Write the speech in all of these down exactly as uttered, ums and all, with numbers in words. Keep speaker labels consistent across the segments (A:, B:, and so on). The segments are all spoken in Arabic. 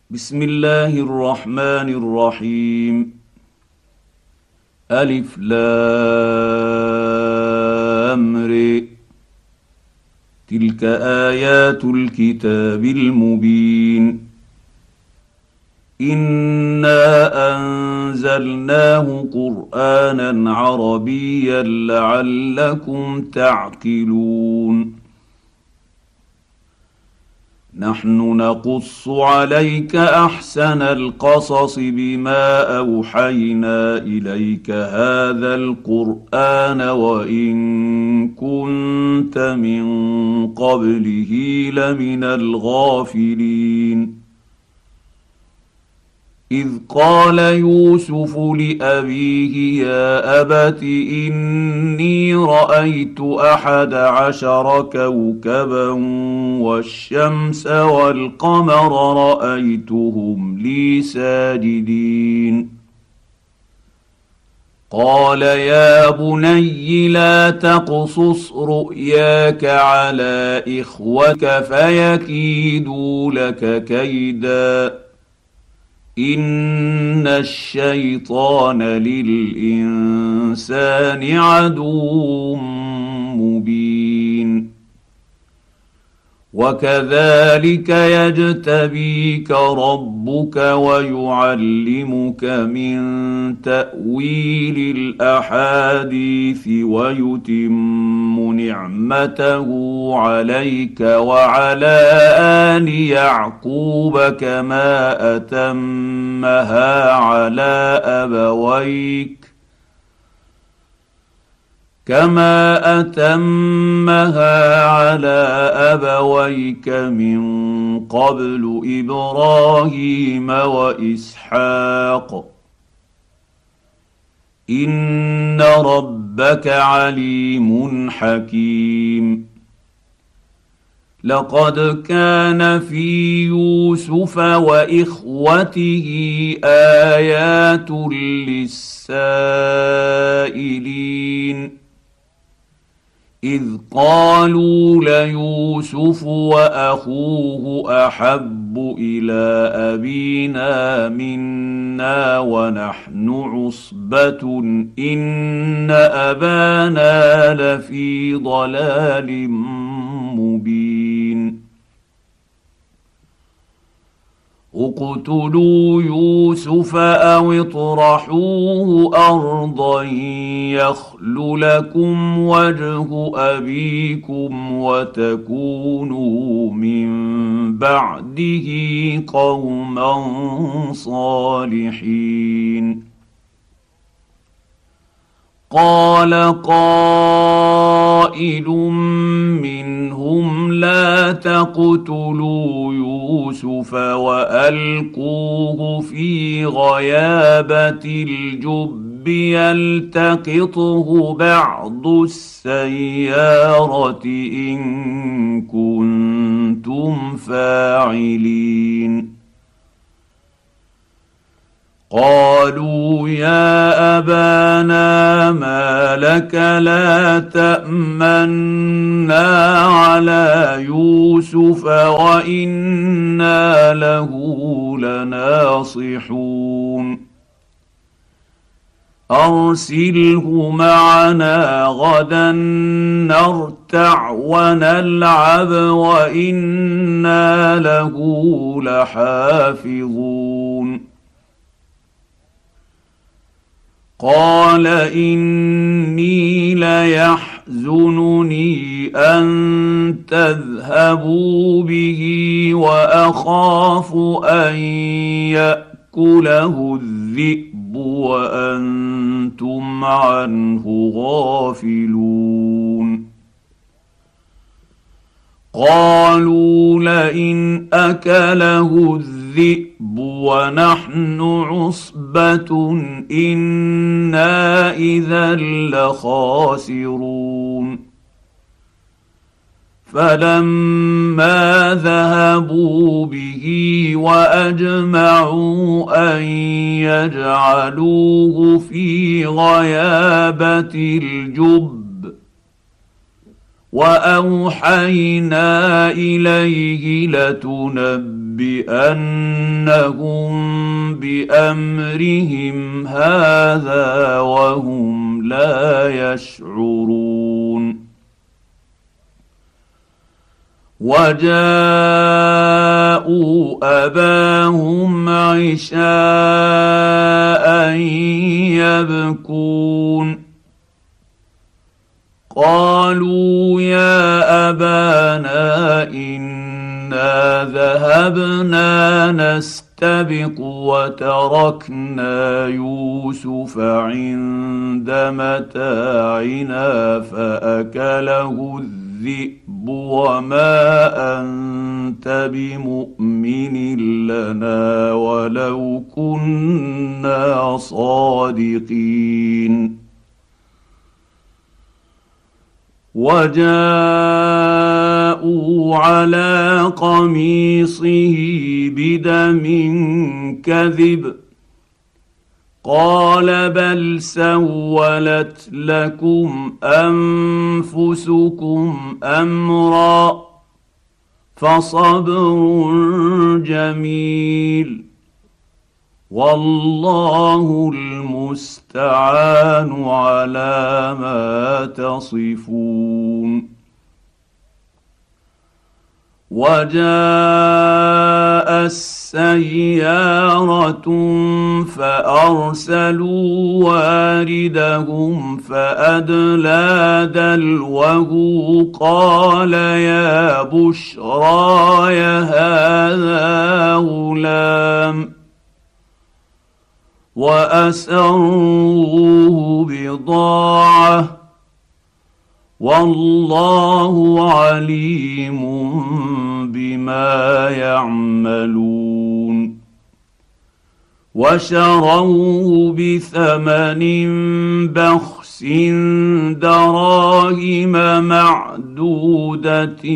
A: بسم الله الرحمن الرحيم. ألف لام ر. تلك آيات الكتاب المبين. إنا أنزلناه قرآنا عربيا لعلكم تعقلون. نحن نقص عليك احسن القصص بما اوحينا اليك هذا القران وان كنت من قبله لمن الغافلين. إذ قال يوسف لأبيه يا أبت إني رأيت أحد عشر كوكبا والشمس والقمر رأيتهم لي ساجدين. قال يا بني لا تقصص رؤياك على إخوتك فيكيدوا لك كيداً إن الشيطان للإنسان عدو مبين. وكذلك يجتبيك ربك ويعلمك من تأويل الأحاديث ويتم نعمته عليك وعلى آل يعقوب كما أتمها على أبويك كما أتمها على أبويك من قبل إبراهيم وإسحاق إن ربك عليم حكيم. لقد كان في يوسف وإخوته آيات للسائلين إذ قالوا ليوسف وأخوه أحب إلى أبينا منا ونحن عصبة إن أبانا لفي ضلال مبين. اقتلوا يوسف أو اطرحوه أرضا يخل لكم وجه أبيكم وتكونوا من بعده قوما صالحين. قال قائل منهم لا تقتلوا يوسف وألقوه في غيابة الجب يلتقطه بعض السيارة إن كنتم فاعلين. قالوا يا أبانا ما لك لا تأمنا على يوسف وإنا له لناصحون. أرسله معنا غدا نرتع ونلعب وإنا له لحافظون. قال إني ليحزنني أن تذهبوا به وأخاف أن يأكله الذئب وأنتم عنه غافلون. قالوا لئن أكله الذئب ونحن عصبة إنا إذا لخاسرون. فلما ذهبوا به وأجمعوا أن يجعلوه في غيابة الجب واوحينا اليه لتنبئنهم بامرهم هذا وهم لا يشعرون وجاءوا اباهم عشاء يبكون قالوا يا ابانا انا ذهبنا نستبق وتركنا يوسف عند متاعنا فاكله الذئب وما انت بمؤمن لنا ولو كنا صادقين وجاءوا على قميصه بدم كذب قال بل سولت لكم انفسكم امرا فصبر جميل والله المستعان على ما تصفون وجاء السياره فارسلوا واردهم فادلى دلوه قال يا بشرى هذا غلام واسروه بضاعه والله عليم بما يعملون وشروه بثمن بخس دراهم معدوده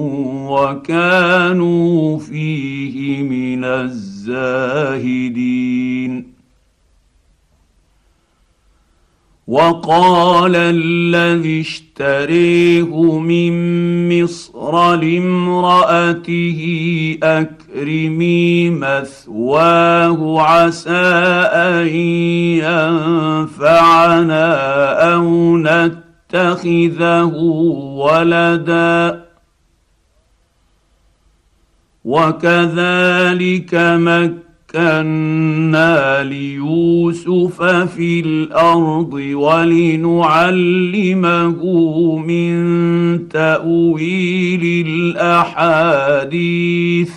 A: وكانوا فيه من الزاهدين وقال الذي اشتريه من مصر لامرأته أكرمي مثواه عسى أن ينفعنا أو نتخذه ولدا وكذلك مكنا مكنا ليوسف في الارض ولنعلمه من تاويل الاحاديث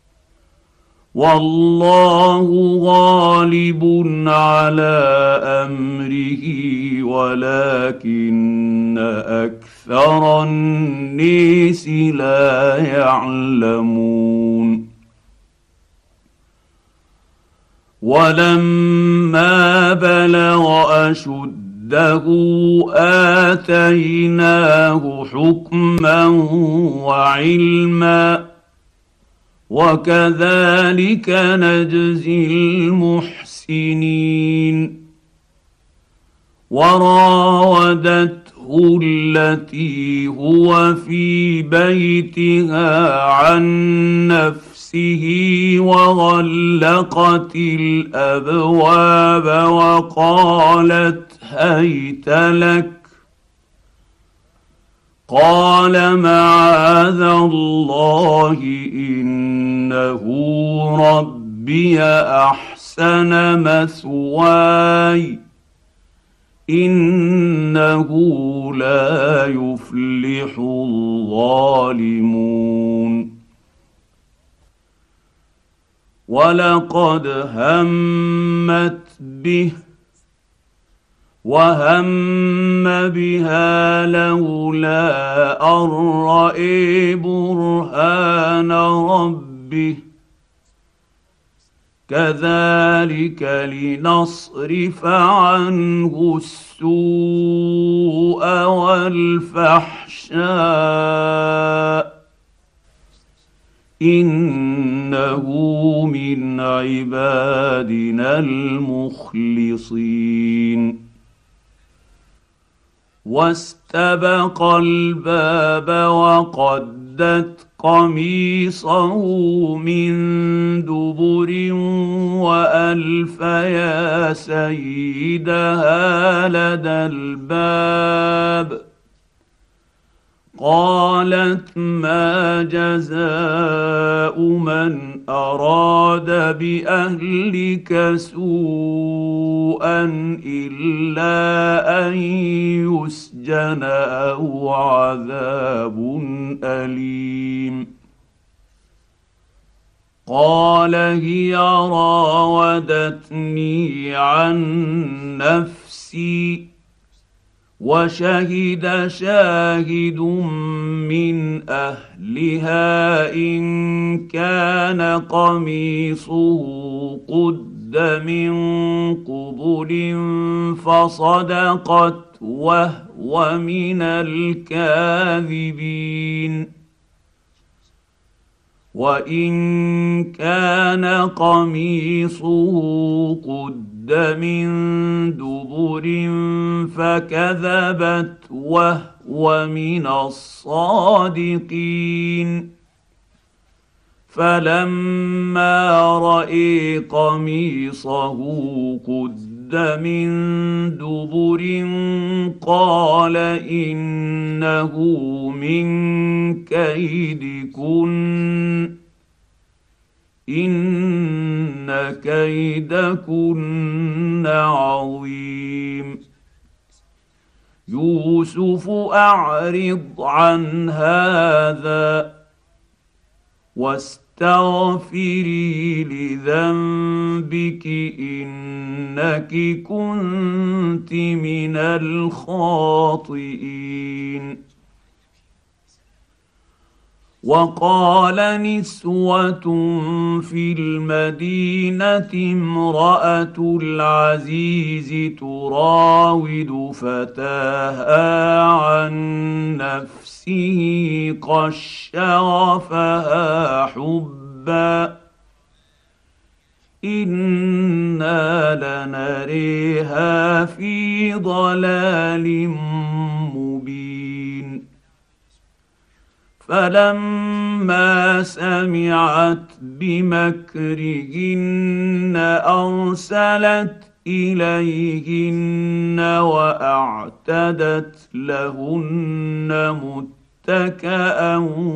A: والله غالب على امره ولكن اكثر الناس لا يعلمون ولما بلغ اشده اتيناه حكما وعلما وكذلك نجزي المحسنين وراودته التي هو في بيتها عن نفسه وغلقت الابواب وقالت هيت لك قال معاذ الله انه ربي احسن مثواي انه لا يفلح الظالمون ولقد همت به وهم بها لولا أن رأى برهان ربه كذلك لنصرف عنه السوء والفحشاء إنه من عبادنا المخلصين واستبق الباب وقدت قميصه من دبر والف يا سيدها لدى الباب قالت ما جزاء من اراد باهلك سوءا الا ان يسجن او عذاب اليم قال هي راودتني عن نفسي وشهد شاهد من اهلها ان كان قميصه قد من قبل فصدقت وهو من الكاذبين وان كان قميصه قد من دبر فكذبت وهو من الصادقين فلما راى قميصه قد من دبر قال انه من كيدكن ان كيدكن عظيم يوسف اعرض عن هذا واستغفري لذنبك انك كنت من الخاطئين وقال نسوة في المدينة امرأة العزيز تراود فتاها عن نفسه قد شغفها حبا إنا لنريها في ضلال مبين فلما سمعت بمكرهن أرسلت إليهن وأعتدت لهن متكئا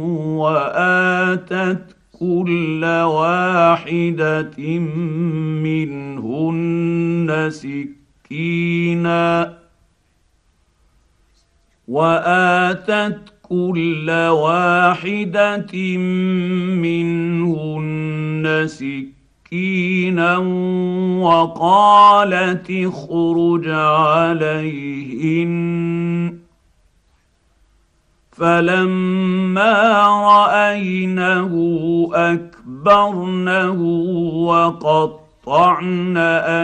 A: وآتت كل واحدة منهن سكينا وآتت كل واحدة منهن سكينا وقالت اخرج عليهن فلما رأينه أكبرنه وقطعن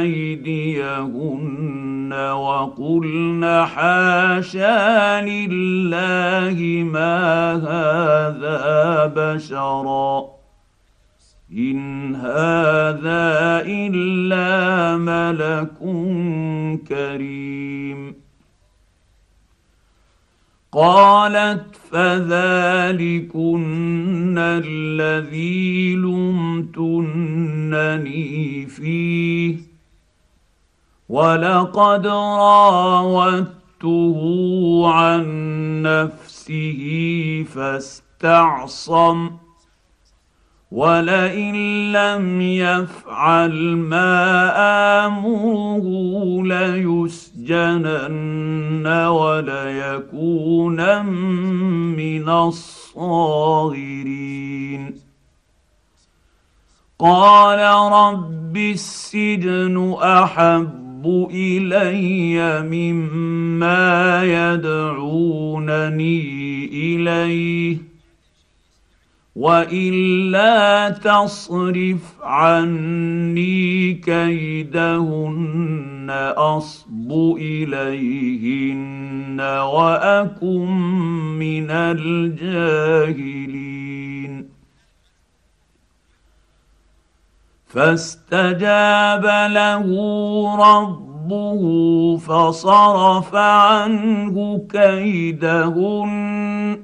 A: أيديهن وقلن حاشا لله ما هذا بشرا إن هذا إلا ملك كريم قالت فذلكن الذي لمتنني فيه ولقد راودته عن نفسه فاستعصم ولئن لم يفعل ما آمره ليسجنن وليكونن من الصاغرين قال رب السجن أحب إلي مما يدعونني إليه وإلا تصرف عني كيدهن أصب إليهن وأكن من الجاهلين فاستجاب له ربه ربه فصرف عنه كيدهن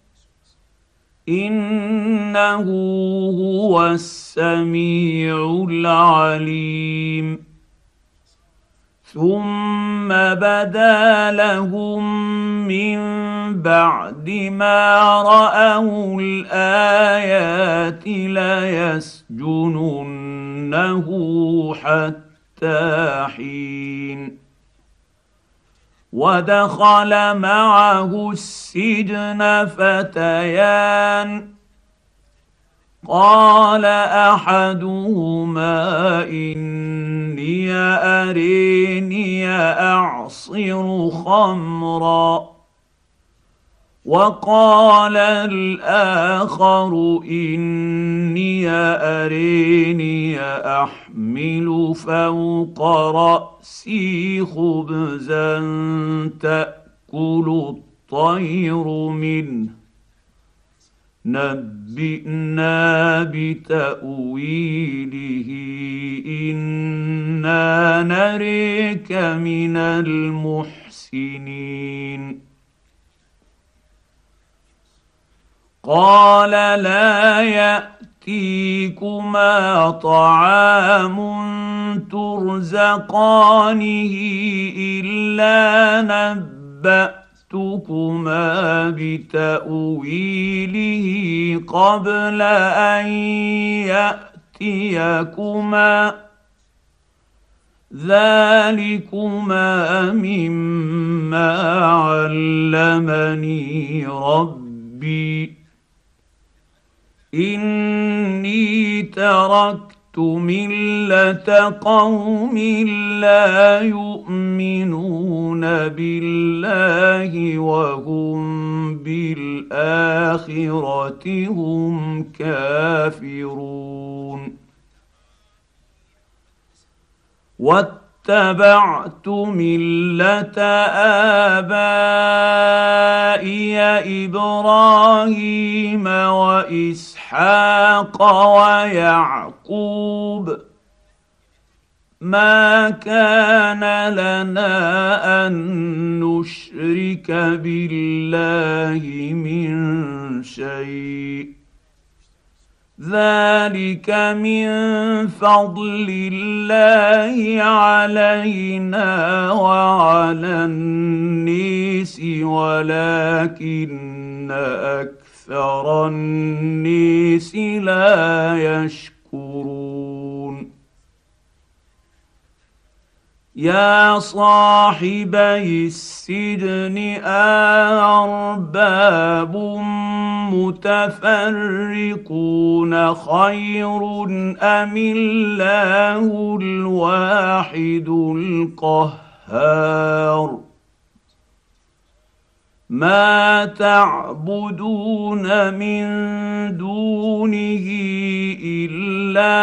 A: انه هو السميع العليم ثم بدا لهم من بعد ما راوا الايات ليسجننه حتى حين ودخل معه السجن فتيان قال احدهما اني اريني اعصر خمرا وقال الاخر اني اريني احمل فوق راسي خبزا تاكل الطير منه نبئنا بتاويله انا نريك من المحسنين قال لا ياتيكما طعام ترزقانه الا نباتكما بتاويله قبل ان ياتيكما ذلكما مما علمني ربي إني تركت ملة قوم لا يؤمنون بالله وهم بالآخرة هم كافرون واتبعت مله ابائي ابراهيم واسحاق ويعقوب ما كان لنا ان نشرك بالله من شيء ذلك من فضل الله علينا وعلى الناس ولكن اكثر الناس لا يشكرون يا صاحبي السجن أأرباب متفرقون خير أم الله الواحد القهار ما تعبدون من دونه إلا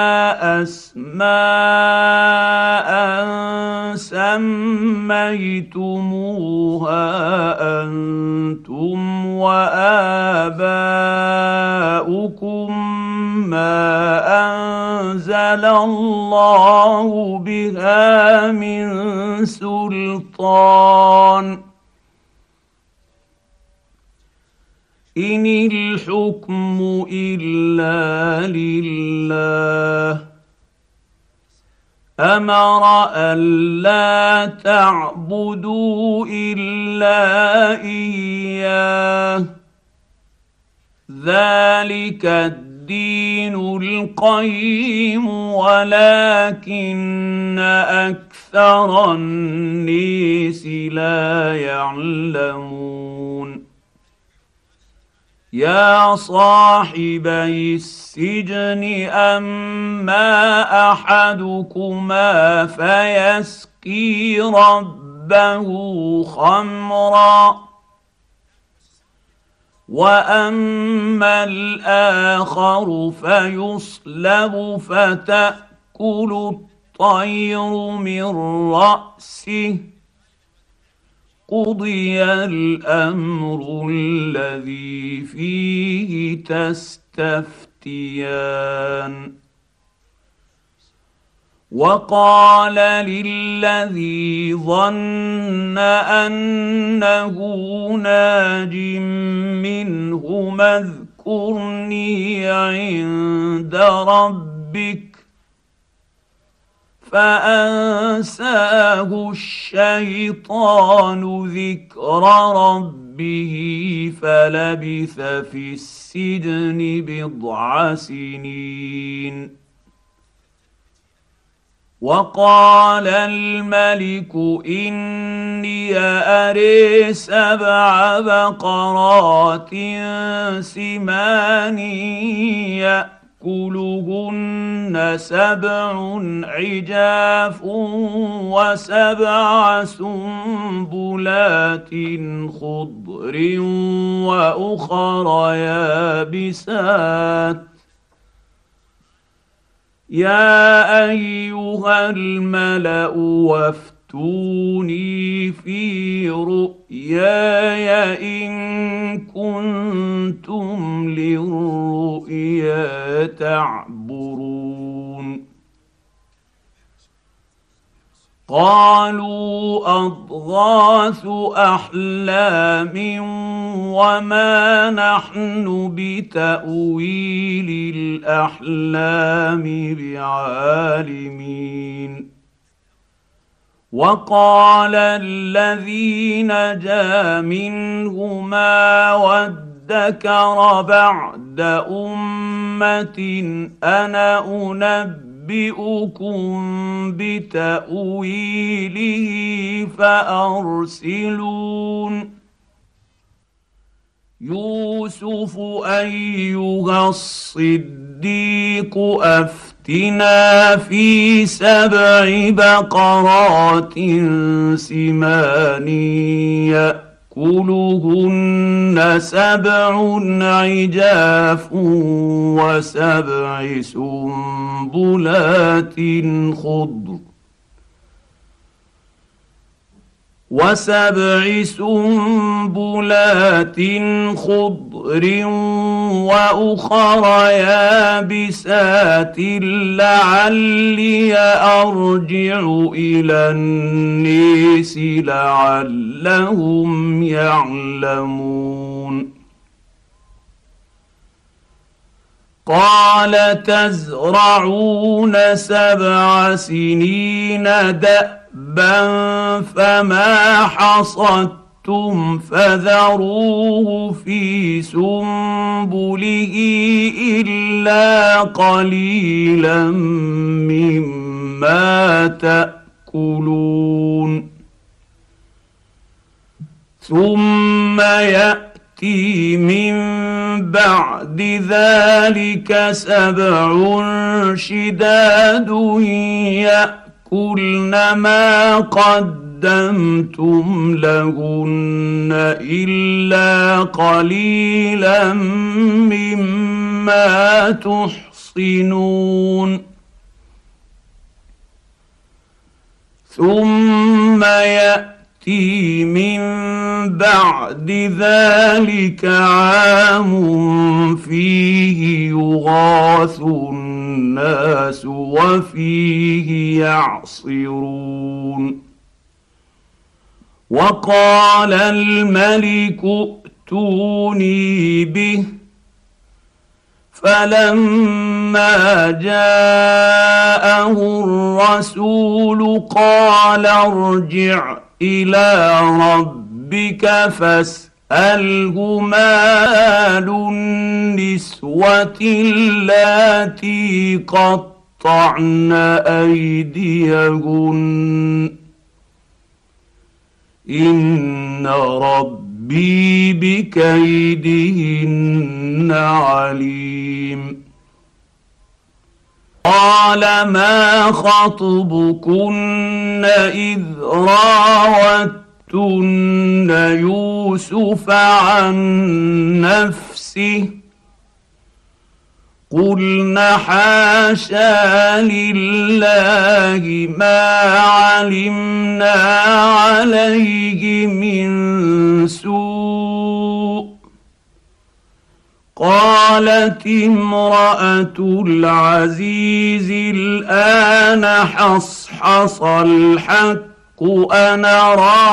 A: أسماء سميتموها أنتم وآباؤكم ما أنزل الله بها من سلطان إن الحكم إلا لله أمر ألا تعبدوا إلا إياه ذلك الدين القيم ولكن أكثر الناس لا يعلمون يا صاحبي السجن أما أحدكما فيسقي ربه خمرا وأما الآخر فيصلب فتأكل الطير من رأسه قضي الامر الذي فيه تستفتيان وقال للذي ظن انه ناج منهما اذكرني عند ربك فانساه الشيطان ذكر ربه فلبث في السجن بضع سنين. وقال الملك اني اري سبع بقرات سمان ياكلهن سبع عجاف وسبع سنبلات خضر واخر يابسات يا ايها الملا وافتوني في رؤياي ان كنتم للرؤيا تعبرون. قالوا اضغاث احلام وما نحن بتاويل الاحلام بعالمين. وقال الذي نجا منهما وادكر بعد امه انا انبئ أنبئكم بتأويله فأرسلون. يوسف أيها الصديق أفتنا في سبع بقرات سمان يأكلهن سبع عجاف وسبع سنبلات خضر وسبع سنبلات خضر وأخر يابسات لعلي أرجع إلى النيس لعلهم يعلمون. قال تزرعون سبع سنين دأبا فما حصدتم فذروه في سنبله إلا قليلا مما تأكلون. ثم يأتي من بعد ذلك سبع شداد يأكلن ما قدمتم لهن إلا قليلا مما تحصنون. ثم يأتي من بعد ذلك عام فيه يغاث الناس وفيه يعصرون. وقال الملك ائتوني به فلما جاءه الرسول قال ارجع إلى ربك فاسأله ما بال النسوة اللاتي قطعن أيديهن إن ربي بكيدهن عليم. قال ما خطبكن إذ راوتن يوسف عن نفسه قلنا حاشا لله ما علمنا عليه من سوء قالت امرأة العزيز الآن حصحص الحق أنا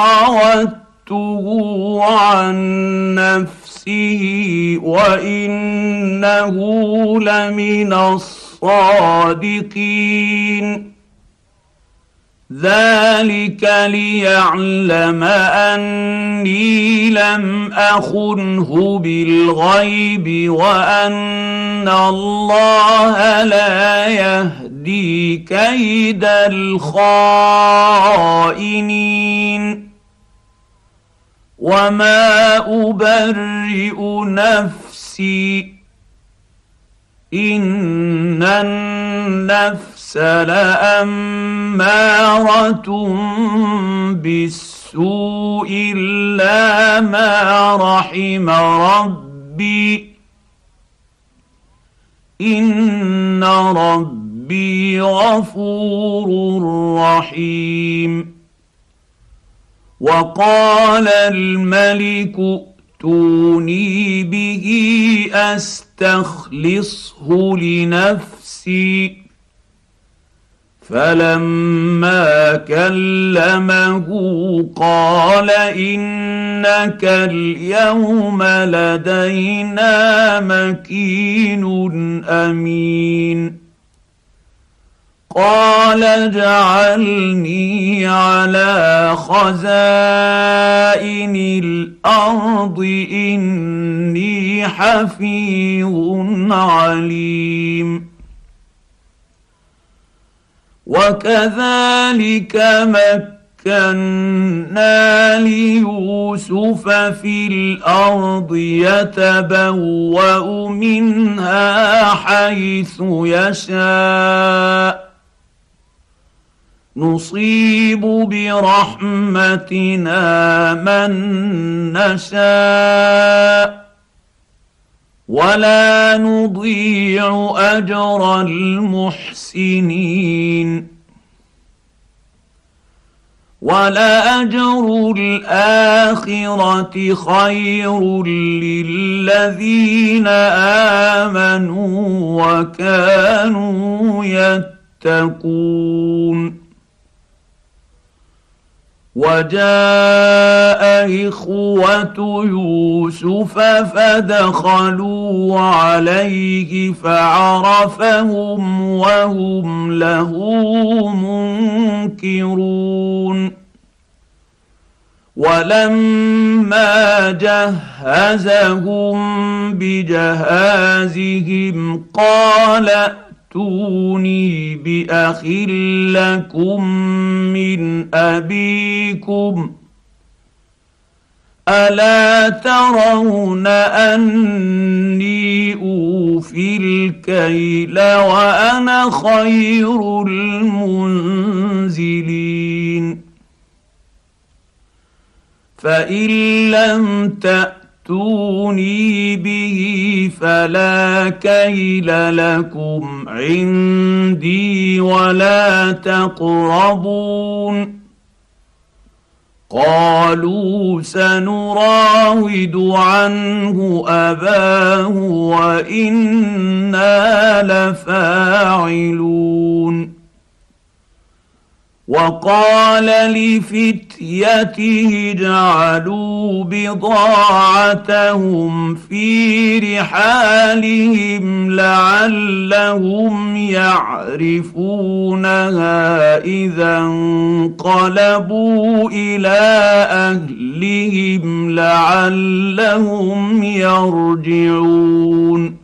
A: راودته عن نفسه وإنه لمن الصادقين ذلك ليعلم أني لم أخنه بالغيب وأن الله لا يهدي كيد الخائنين وما أبرئ نفسي إن النفس لأمارة بالسوء إلا ما رحم ربي إن ربي غفور رحيم وقال الملك ائتوني به أستخلصه لنفسي فلما كلمه قال إنك اليوم لدينا مكين أمين قال اجعلني على خزائن الأرض إني حفيظ عليم وكذلك مكنا ليوسف في الأرض يتبوأ منها حيث يشاء نصيب برحمتنا من نشاء ولا نضيع أجر المحسنين ولأجر الآخرة خير للذين آمنوا وكانوا يتقون وجاء إخوة يوسف فدخلوا عليه فعرفهم وهم له منكرون ولما جهزهم بجهازهم قال ائتوني بأخ لكم من أبيكم ألا ترون أني أوفي الكيل وأنا خير المنزلين فإن لم تأتوني به فلا كيل لكم عندي ولا تقربون قالوا سنراود عنه أباه وإنا لفاعلون وقال لفتيته اجعلوا بضاعتهم في رحالهم لعلهم يعرفونها إذا انقلبوا إلى أهلهم لعلهم يرجعون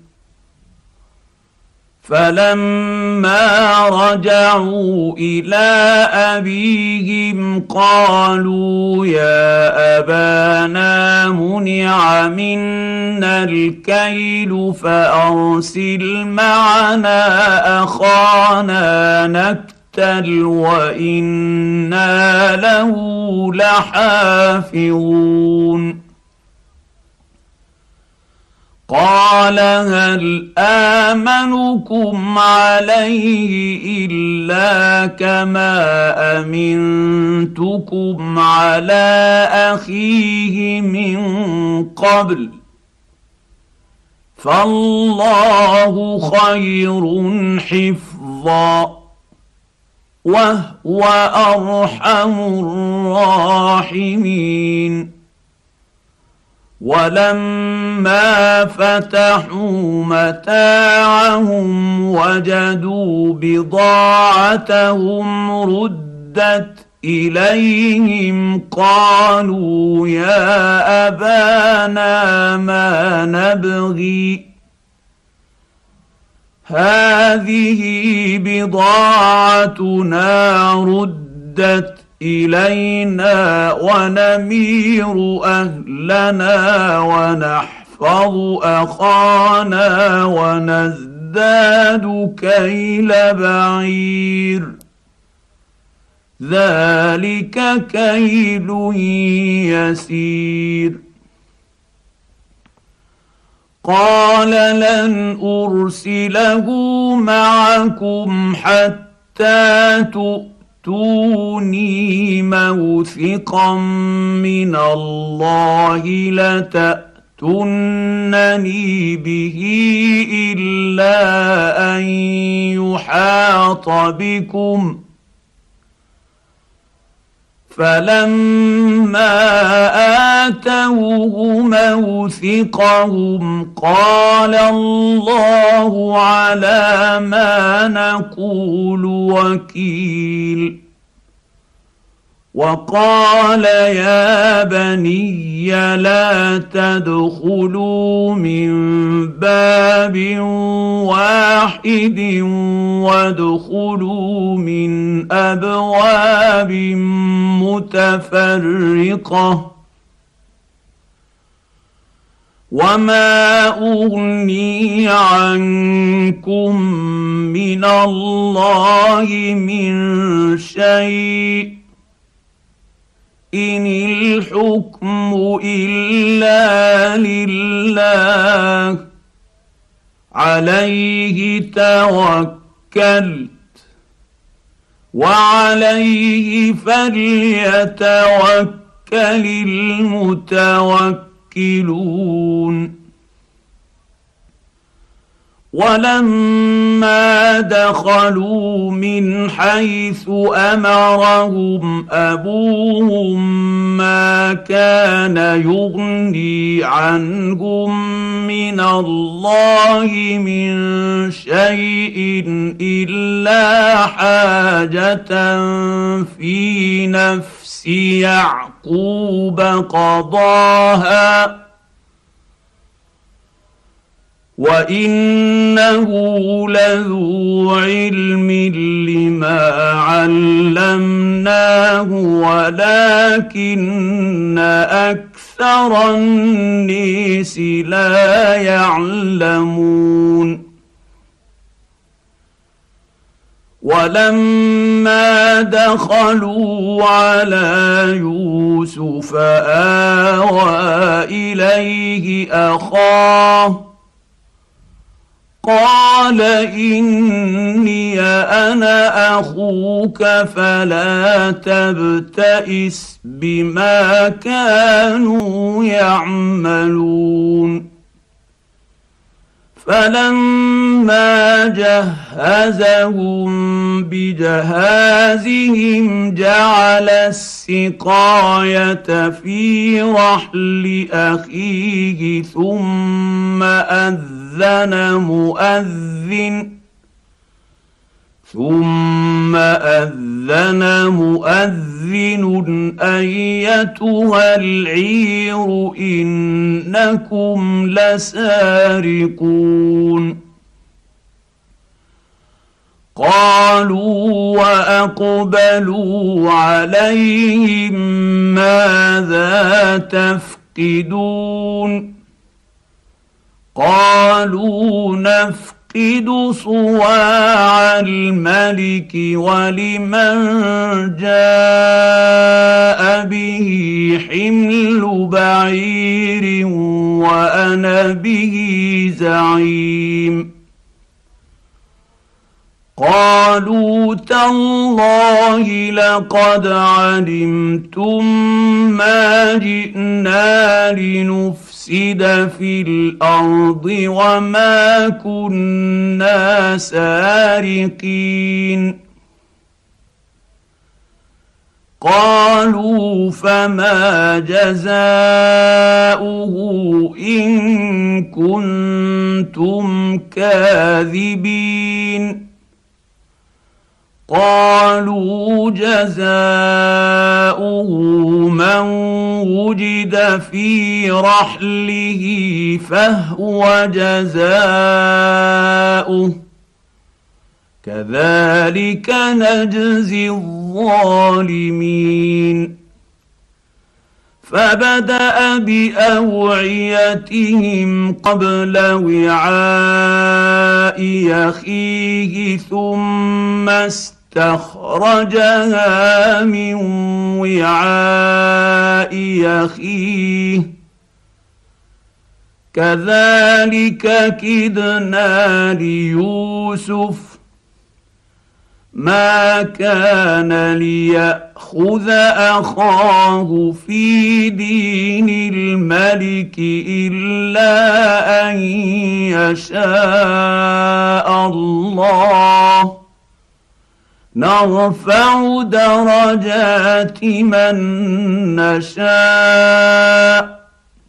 A: فلما رجعوا إلى أبيهم قالوا يا أبانا منع منا الكيل فأرسل معنا أخانا نكتل وإنا له لحافظون قال هل آمنكم عليه إلا كما أمنتكم على أخيه من قبل فالله خير حفظا وهو ارحم الراحمين. ولما فتحوا متاعهم وجدوا بضاعتهم ردت اليهم قالوا يا ابانا ما نبغي هذه بضاعتنا ردت الينا ونمير اهلنا ونحفظ اخانا ونزداد كيل بعير ذلك كيل يسير. قال لن ارسله معكم حتى تؤتوني موثقا من الله لتأتونني به الا ان يحاط بكم. فلما آتوه موثقهم قال الله على ما نقول وكيل. وقال يا بني لا تدخلوا من باب واحد وادخلوا من ابواب متفرقه وما اغني عنكم من الله من شيء إن الحكم إلا لله عليه توكلت وعليه فليتوكل المتوكلون. ولما دخلوا من حيث امرهم ابوهم ما كان يغني عنهم من الله من شيء الا حاجه في نفس يعقوب قضاها وانه لذو علم لما علمناه ولكن اكثر الناس لا يعلمون. ولما دخلوا على يوسف آوى اليه اخاه قال إني أنا أخوك فلا تبتئس بما كانوا يعملون. فلما جهزهم بجهازهم جعل السقاية في رحل أخيه ثم أذن مؤذن ثم أذن مؤذن أيتها العير إنكم لسارقون. قالوا وأقبلوا عليهم ماذا تفقدون قالوا نفقد صواع الملك ولمن جاء به حمل بعير وأنا به زعيم. قالوا تالله لقد علمتم ما جئنا لنفسد في الارض وما كنا سارقين قالوا فما جزاؤه ان كنتم كاذبين قالوا جزاؤه من وجد في رحله فهو جزاؤه كذلك نجزي الظالمين فبدأ بأوعيتهم قبل وعاء أخيه ثم استخرجها من وعاء أخيه كذلك كدنا ليوسف ما كان ليأخذ أخاه في دين الملك إلا أن يشاء الله نرفع درجات من نشاء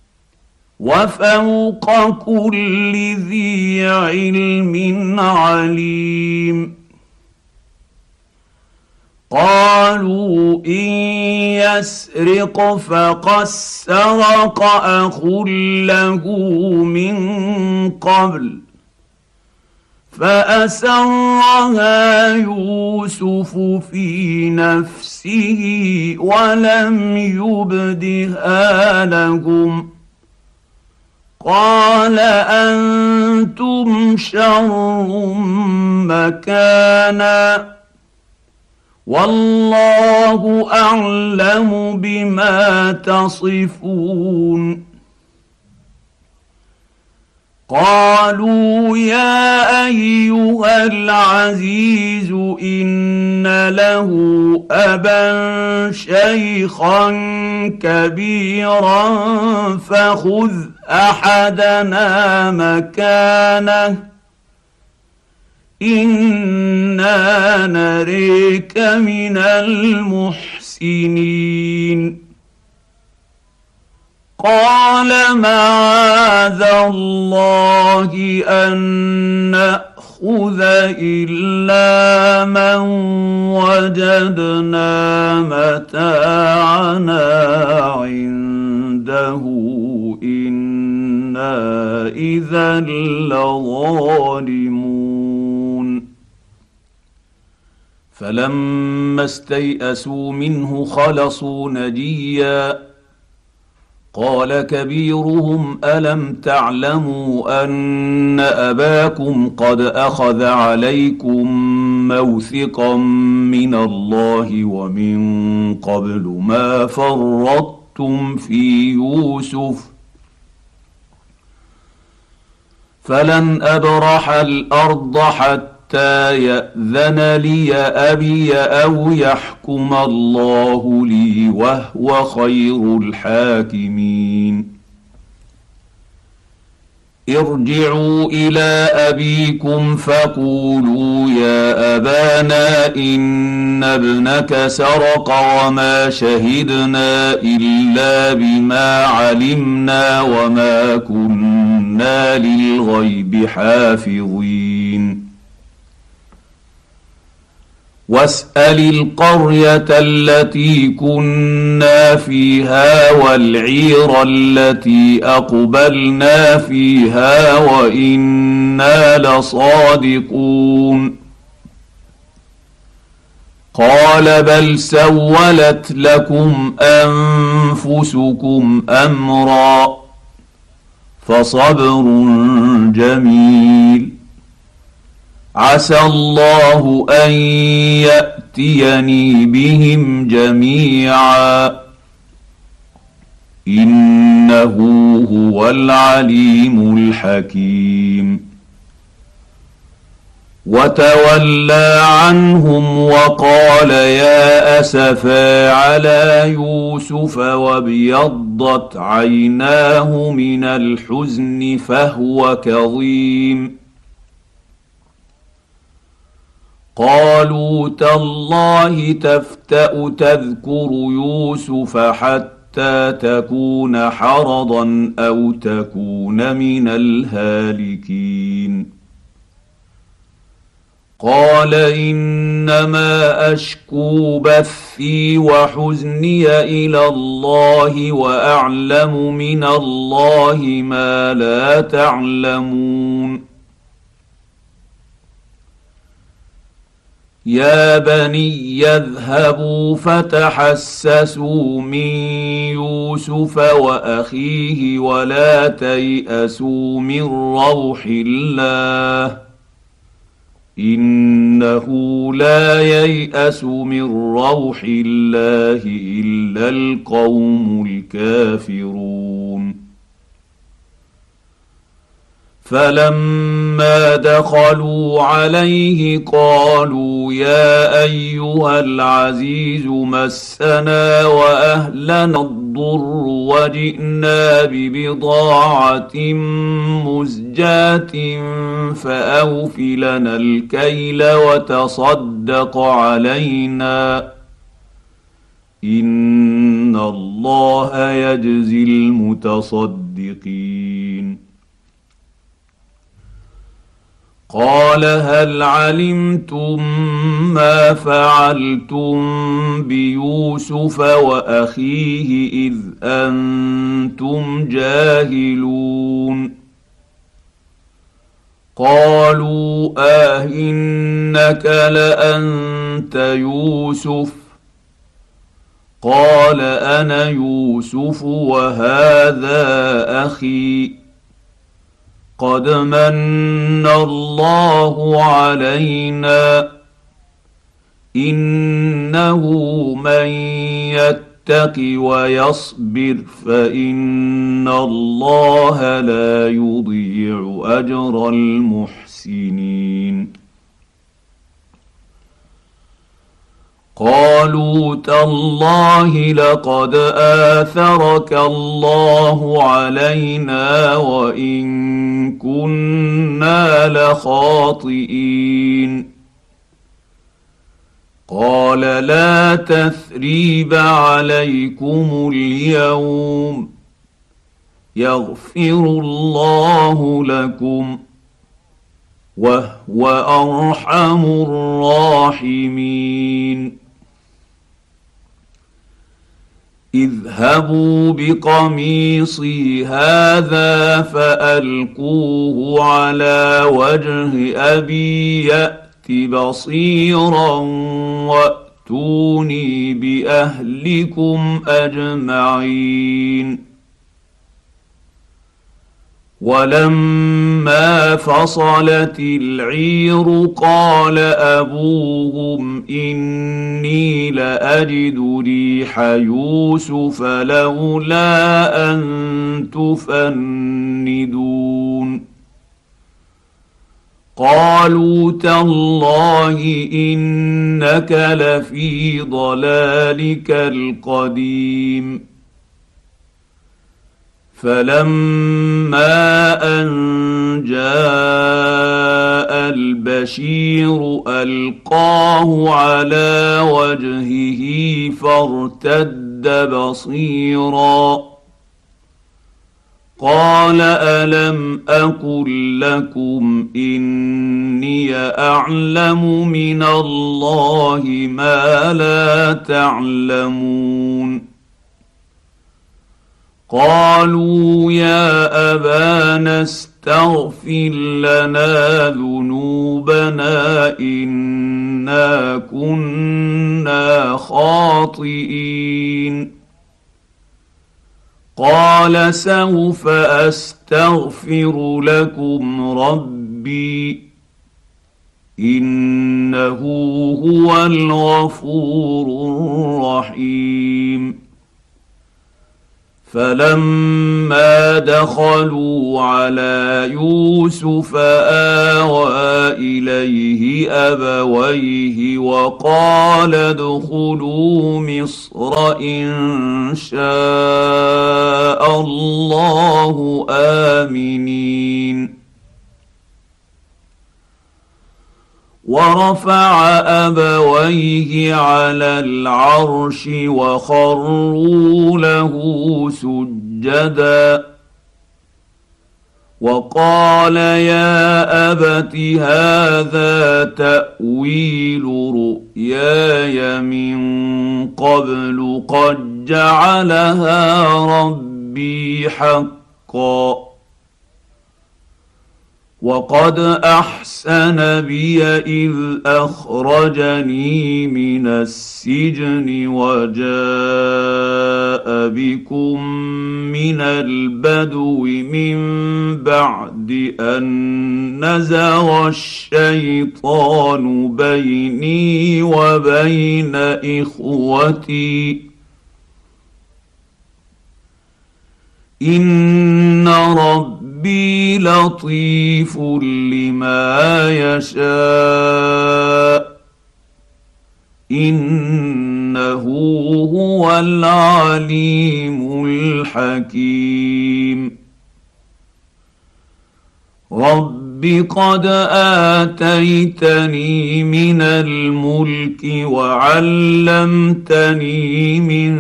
A: وفوق كل ذي علم عليم قالوا إن يسرق فقد سرق أخ له من قبل فأسرها يوسف في نفسه ولم يبدها لهم قال أنتم شر مكانا والله أعلم بما تصفون قالوا يا أيها العزيز إن له أبا شيخا كبيرا فخذ أحدنا مكانه إنا نريك من المحسنين قال معاذ الله أن نأخذ إلا من وجدنا متاعنا عنده إنا إذا لظالمون فلما استيئسوا منه خلصوا نجيا قال كبيرهم ألم تعلموا أن أباكم قد أخذ عليكم موثقا من الله ومن قبل ما فرطتم في يوسف فلن أبرح الأرض حتى يأذن لي أبي أو يحكم الله لي وهو خير الحاكمين ارجعوا إلى أبيكم فقولوا يا أبانا إن ابنك سرق وما شهدنا إلا بما علمنا وما كنا للغيب حافظين واسأل القرية التي كنا فيها والعير التي أقبلنا فيها وإنا لصادقون قال بل سولت لكم أنفسكم أمرا فصبر جميل عسى الله أن يأتيني بهم جميعا إنه هو العليم الحكيم وتولى عنهم وقال يا اسفا على يوسف وابيضت عيناه من الحزن فهو كظيم. قالوا تالله تفتأ تذكر يوسف حتى تكون حرضا أو تكون من الهالكين. قال إنما أشكو بثي وحزني إلى الله وأعلم من الله ما لا تعلمون. يا بني يذهبوا فتحسسوا من يوسف وأخيه ولا تيأسوا من روح الله إنه لا ييأس من روح الله إلا القوم الكافرون. فلما دخلوا عليه قالوا يا أيها العزيز مسنا وأهلنا الضر وجئنا ببضاعة مزجاة فأوف لنا الكيل وتصدق علينا إن الله يجزي المتصدقين. قال هل علمتم ما فعلتم بيوسف وأخيه إذ أنتم جاهلون. قالوا آه إنك لأنت يوسف. قال أنا يوسف وهذا أخي قد من الله علينا إنه من يتق ويصبر فإن الله لا يضيع أجر المحسنين. قالوا تالله لقد آثرك الله علينا وإن كنا لخاطئين. قال لا تثريب عليكم اليوم يغفر الله لكم وهو أرحم الراحمين. اذهبوا بقميصي هذا فألقوه على وجه أبي يأت بصيرا وأتوني بأهلكم أجمعين. ولما فصلت العير قال أبوهم إني لأجد ريح يوسف لولا أن تفندون. قالوا تالله إنك لفي ضلالك القديم. فلما أن جاء البشير ألقاه على وجهه فارتد بصيرا قال ألم أقل لكم إني أعلم من الله ما لا تعلمون. قالوا يا أبانا استغفر لنا ذنوبنا إنا كنا خاطئين. قال سوف أستغفر لكم ربي إنه هو الغفور الرحيم. فلما دخلوا على يوسف آوى إليه أبويه وقال ادخلوا مصر إن شاء الله آمنين. ورفع أبويه على العرش وخروا له سجدا وقال يا أبت هذا تأويل رؤياي من قبل قد جعلها ربي حقا وقد أحسن بي إذ أخرجني من السجن وجاء بكم من البدو من بعد أن نزغ الشيطان بيني وبين إخوتي إن ربي ربي لطيف لما يشاء إنه هو العليم الحكيم. رب قد آتيتني من الملك وعلمتني من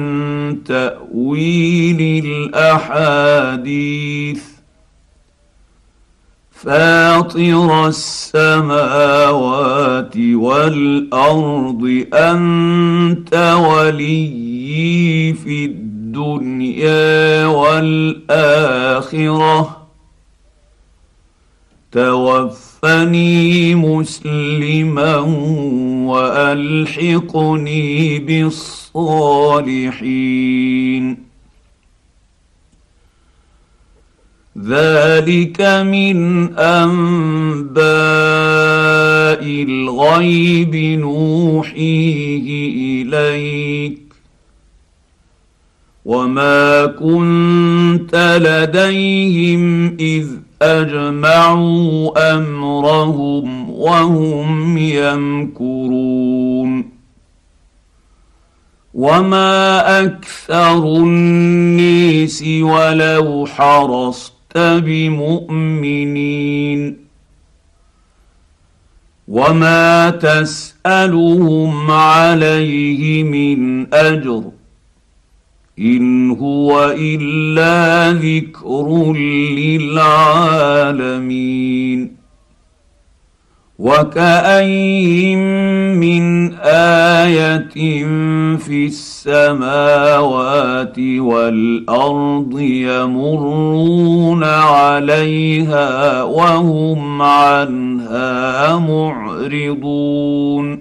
A: تأويل الأحاديث فاطر السماوات والأرض أنت وليي في الدنيا والآخرة توفني مسلما وألحقني بالصالحين. ذلك من أنباء الغيب نوحيه إليك وما كنت لديهم إذ أجمعوا أمرهم وهم يمكرون. وما أكثر الناس ولو حرصت بمؤمنين وما تسألهم عليه من أجر إن هو إلا ذكر للعالمين. وكأين من آية في السماوات والأرض يمرون عليها وهم عنها معرضون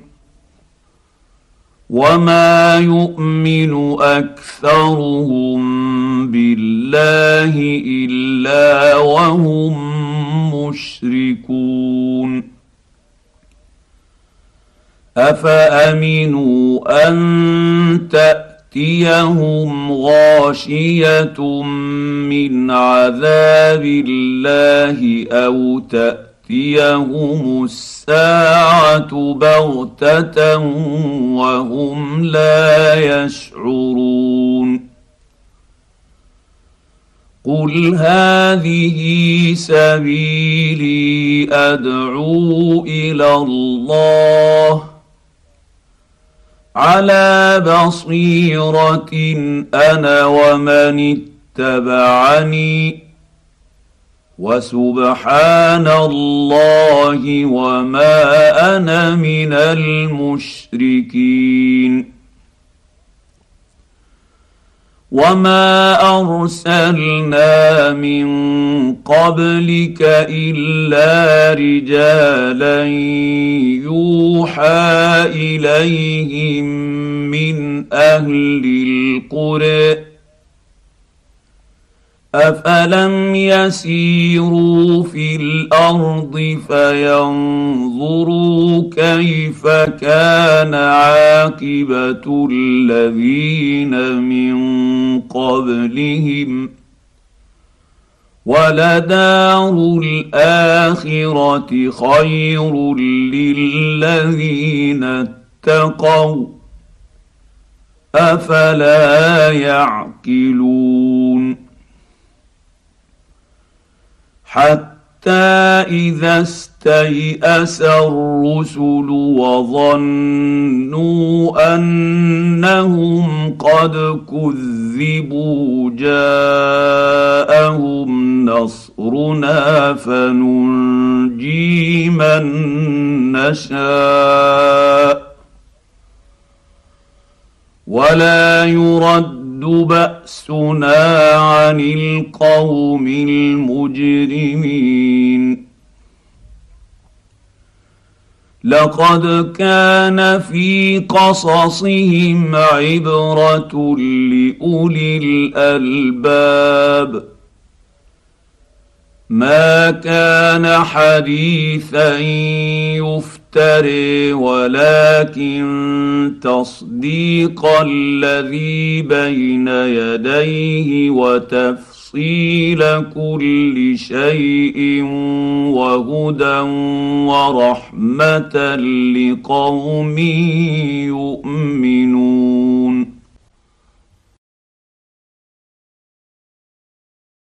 A: وما يؤمن أكثرهم بالله إلا وهم مشركون. أفأمنوا أن تأتيهم غاشية من عذاب الله أو تأتيهم الساعة بغتة وهم لا يشعرون. قل هذه سبيلي أدعو إلى الله على بصيرة أنا ومن اتبعني وسبحان الله وما أنا من المشركين. وما أرسلنا من قبلك إلا رجالا يوحى إليهم من أهل القرى افلم يسيروا في الارض فينظروا كيف كان عاقبه الذين من قبلهم ولدار الاخره خير للذين اتقوا افلا يعقلون حتى اذا استيأس الرسل وظنوا انهم قد كذبوا جاءهم نصرنا فننجي من نشاء ولا يرد بأسنا عن القوم المجرمين لقد كان في قصصهم عبرة لأولي الألباب ما كان حديثا يفتري ولكن تصديق الذي بين يديه وتفصيل كل شيء وهدى ورحمة لقوم يؤمنون